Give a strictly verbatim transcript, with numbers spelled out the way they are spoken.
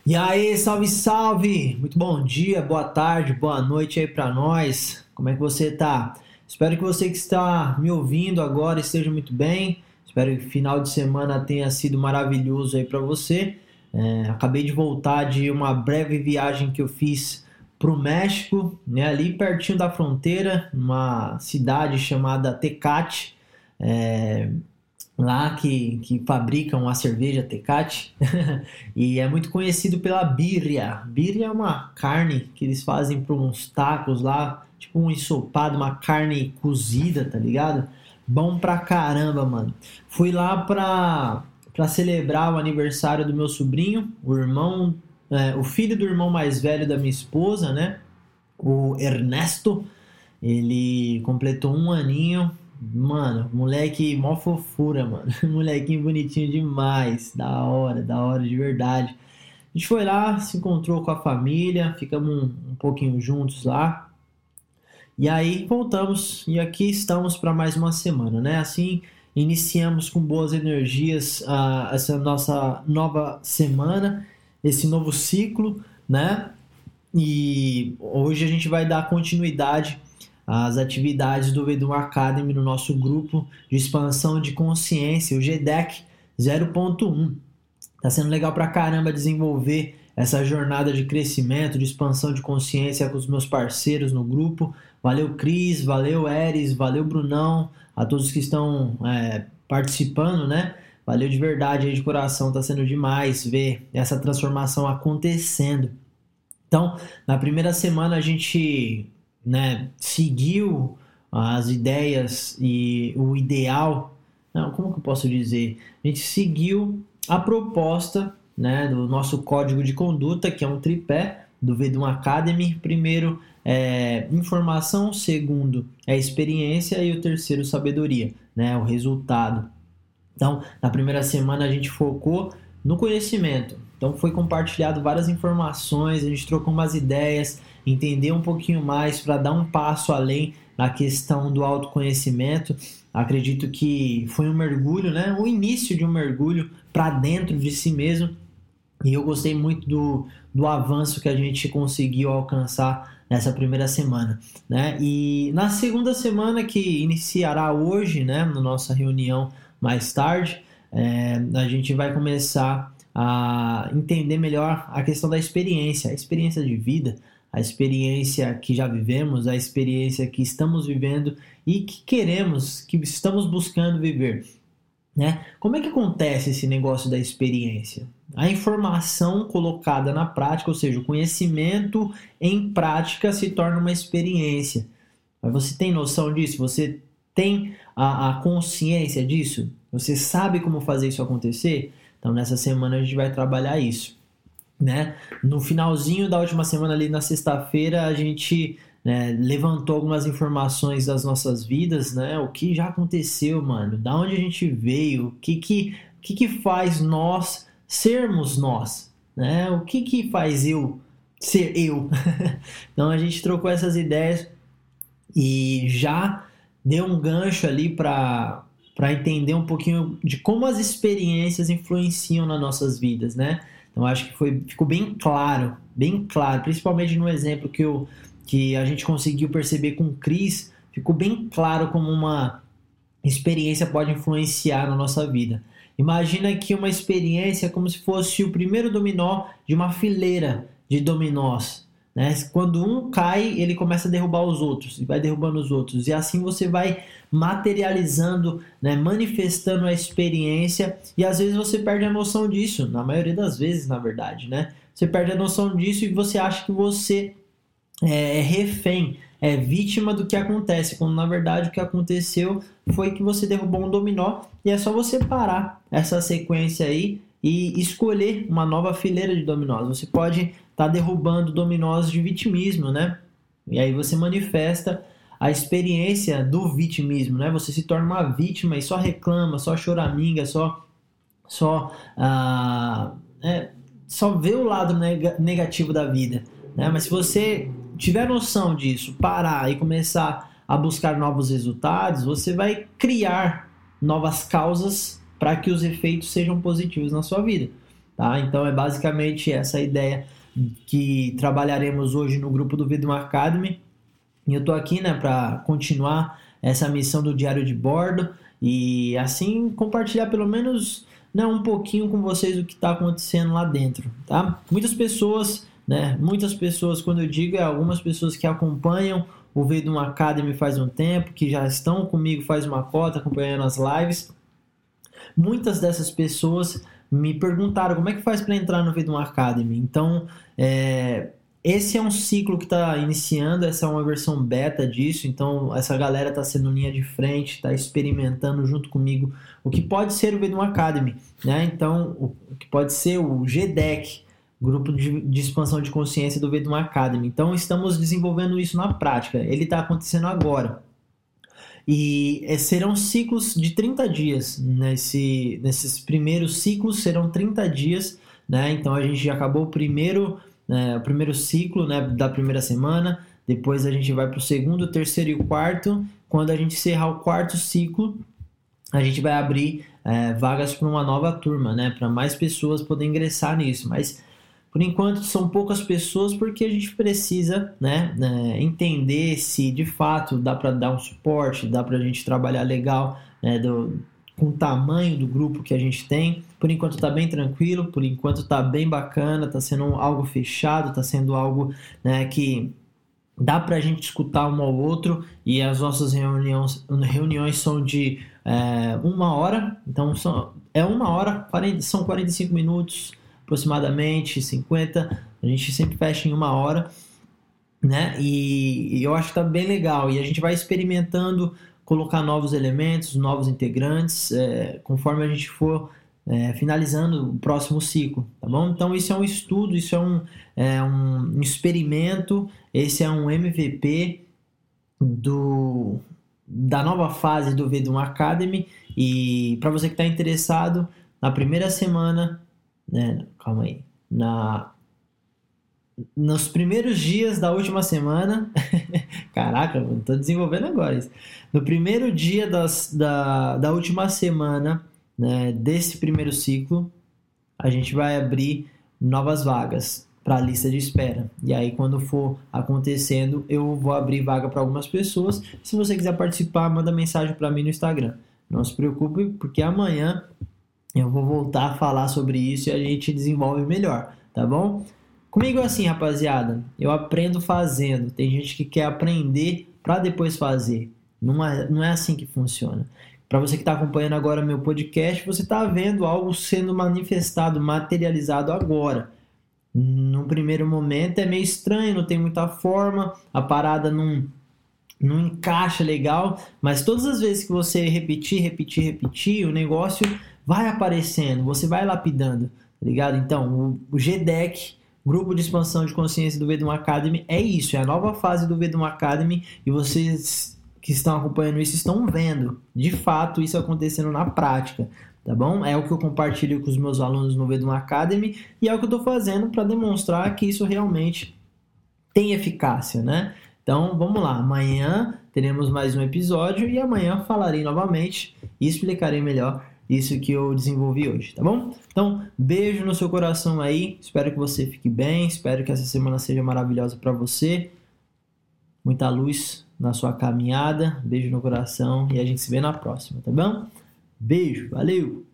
E aí, salve, salve! Muito bom dia, boa tarde, boa noite aí pra nós. Como é que você tá? Espero que você que está me ouvindo agora esteja muito bem. Espero que o final de semana tenha sido maravilhoso aí pra você. É, acabei de voltar de uma breve viagem que eu fiz pro México, né, ali pertinho da fronteira, numa cidade chamada Tecate. É, lá que, que fabricam a cerveja Tecate e é muito conhecido pela birria. Birria é uma carne que eles fazem para uns tacos lá, tipo um ensopado, uma carne cozida, tá ligado? Bom pra caramba, mano. Fui lá pra, pra celebrar o aniversário do meu sobrinho, o irmão, é, o filho do irmão mais velho da minha esposa, né? O Ernesto. Ele completou um aninho. Mano, moleque, mó fofura, mano. Molequinho bonitinho demais. Da hora, da hora de verdade. A gente foi lá, se encontrou com a família, ficamos um, um pouquinho juntos lá. E aí voltamos e aqui estamos para mais uma semana, né? Assim, iniciamos com boas energias ah, essa nossa nova semana, esse novo ciclo, né? E hoje a gente vai dar continuidade às atividades do Vedum Academy no nosso grupo de expansão de consciência, o G D E C zero ponto um. Tá sendo legal pra caramba desenvolver essa jornada de crescimento, de expansão de consciência com os meus parceiros no grupo. Valeu, Cris, valeu, Eris, valeu, Brunão, a todos que estão é, participando, né? Valeu de verdade aí de coração, tá sendo demais ver essa transformação acontecendo. Então, na primeira semana a gente, né, seguiu as ideias e o ideal, não, como que eu posso dizer? A gente seguiu a proposta, né, do nosso código de conduta, que é um tripé do Vedum Academy. Primeiro é informação, segundo é experiência e o terceiro sabedoria, né, o resultado. Então, na primeira semana a gente focou no conhecimento. Então foi compartilhado várias informações, a gente trocou umas ideias, entender um pouquinho mais para dar um passo além na questão do autoconhecimento. Acredito que foi um mergulho, né? O início de um mergulho para dentro de si mesmo. E eu gostei muito do, do avanço que a gente conseguiu alcançar nessa primeira semana, né? E na segunda semana, que iniciará hoje, né, na nossa reunião mais tarde, é, a gente vai começar a entender melhor a questão da experiência, a experiência de vida, a experiência que já vivemos, a experiência que estamos vivendo e que queremos, que estamos buscando viver, né? Como é que acontece esse negócio da experiência? A informação colocada na prática, ou seja, o conhecimento em prática se torna uma experiência. Mas você tem noção disso? Você tem a, a consciência disso? Você sabe como fazer isso acontecer? Então, nessa semana a gente vai trabalhar isso, né? No finalzinho da última semana, ali na sexta-feira, a gente, né, levantou algumas informações das nossas vidas, né? O que já aconteceu, mano? Da onde a gente veio? O que que, o que, que faz nós sermos nós, né? O que que faz eu ser eu? Então, a gente trocou essas ideias e já deu um gancho ali para para entender um pouquinho de como as experiências influenciam nas nossas vidas, né? Então acho que foi, ficou bem claro, bem claro, principalmente no exemplo que, eu, que a gente conseguiu perceber com o Cris, ficou bem claro como uma experiência pode influenciar na nossa vida. Imagina que uma experiência é como se fosse o primeiro dominó de uma fileira de dominós, né? Quando um cai, ele começa a derrubar os outros e vai derrubando os outros, e assim você vai materializando, né, manifestando a experiência, e às vezes você perde a noção disso, na maioria das vezes, na verdade, né? Você perde a noção disso e você acha que você é refém, é vítima do que acontece, quando na verdade o que aconteceu foi que você derrubou um dominó, e é só você parar essa sequência aí e escolher uma nova fileira de dominós. Você pode estar tá derrubando dominós de vitimismo, né? E aí você manifesta a experiência do vitimismo, né? Você se torna uma vítima e só reclama, só choraminga, só, só, ah, é, só vê o lado neg- negativo da vida, né? Mas se você tiver noção disso, parar e começar a buscar novos resultados, você vai criar novas causas para que os efeitos sejam positivos na sua vida. tá? Então é basicamente essa ideia que trabalharemos hoje no grupo do Vedum Academy. E eu estou aqui, né, para continuar essa missão do diário de bordo e assim compartilhar pelo menos, né, um pouquinho com vocês o que está acontecendo lá dentro, tá? Muitas pessoas, né, muitas pessoas, quando eu digo, é algumas pessoas que acompanham o Vedum Academy faz um tempo, que já estão comigo faz uma cota, acompanhando as lives. Muitas dessas pessoas me perguntaram como é que faz para entrar no Vedum Academy. Então, é... esse é um ciclo que está iniciando, essa é uma versão beta disso, então essa galera está sendo linha de frente, está experimentando junto comigo o que pode ser o Vedum Academy, né? Então, o que pode ser o G D E C, Grupo de, de Expansão de Consciência do Vedum Academy. Então, estamos desenvolvendo isso na prática, ele está acontecendo agora. E serão ciclos de trinta dias, Nesse, nesses primeiros ciclos serão trinta dias, né? Então, a gente já acabou o primeiro... É, o primeiro ciclo, né, da primeira semana, depois a gente vai para o segundo, terceiro e o quarto. Quando a gente encerrar o quarto ciclo, a gente vai abrir é, vagas para uma nova turma, né, para mais pessoas poderem ingressar nisso, mas por enquanto são poucas pessoas porque a gente precisa, né, é, entender se de fato dá para dar um suporte, dá para a gente trabalhar legal, né, do, com o tamanho do grupo que a gente tem. Por enquanto está bem tranquilo, por enquanto está bem bacana, está sendo algo fechado, está sendo algo, né, que dá para a gente escutar um ao outro, e as nossas reuniões, reuniões são de é, uma hora, então são, é uma hora, quarenta, são quarenta e cinco minutos aproximadamente, cinquenta, a gente sempre fecha em uma hora, né, e, e eu acho que está bem legal, e a gente vai experimentando colocar novos elementos, novos integrantes, é, conforme a gente for é, finalizando o próximo ciclo, tá bom? Então isso é um estudo, isso é um, é um experimento, esse é um M V P do, da nova fase do Vedum Academy, e para você que está interessado, na primeira semana, né, calma aí, na... nos primeiros dias da última semana, caraca, eu tô desenvolvendo agora isso. No primeiro dia das, da, da última semana, né, desse primeiro ciclo, a gente vai abrir novas vagas para a lista de espera. E aí, quando for acontecendo, eu vou abrir vaga para algumas pessoas. Se você quiser participar, manda mensagem para mim no Instagram. Não se preocupe, porque amanhã eu vou voltar a falar sobre isso e a gente desenvolve melhor, tá bom? Comigo é assim, rapaziada, eu aprendo fazendo. Tem gente que quer aprender para depois fazer. Não é, não é assim que funciona. Para você que está acompanhando agora meu podcast, você está vendo algo sendo manifestado, materializado agora. No primeiro momento é meio estranho, não tem muita forma, a parada não, não encaixa legal, mas todas as vezes que você repetir, repetir, repetir, o negócio vai aparecendo, você vai lapidando, tá ligado? Então, o, o G D E C, Grupo de Expansão de Consciência do Vedum Academy, é isso, é a nova fase do Vedum Academy, e vocês que estão acompanhando isso estão vendo, de fato, isso acontecendo na prática, tá bom? É o que eu compartilho com os meus alunos no Vedum Academy, e é o que eu estou fazendo para demonstrar que isso realmente tem eficácia, né? Então, vamos lá, amanhã teremos mais um episódio, e amanhã falarei novamente e explicarei melhor isso que eu desenvolvi hoje, tá bom? Então, beijo no seu coração aí, espero que você fique bem, espero que essa semana seja maravilhosa para você, muita luz na sua caminhada, beijo no coração e a gente se vê na próxima, tá bom? Beijo, valeu!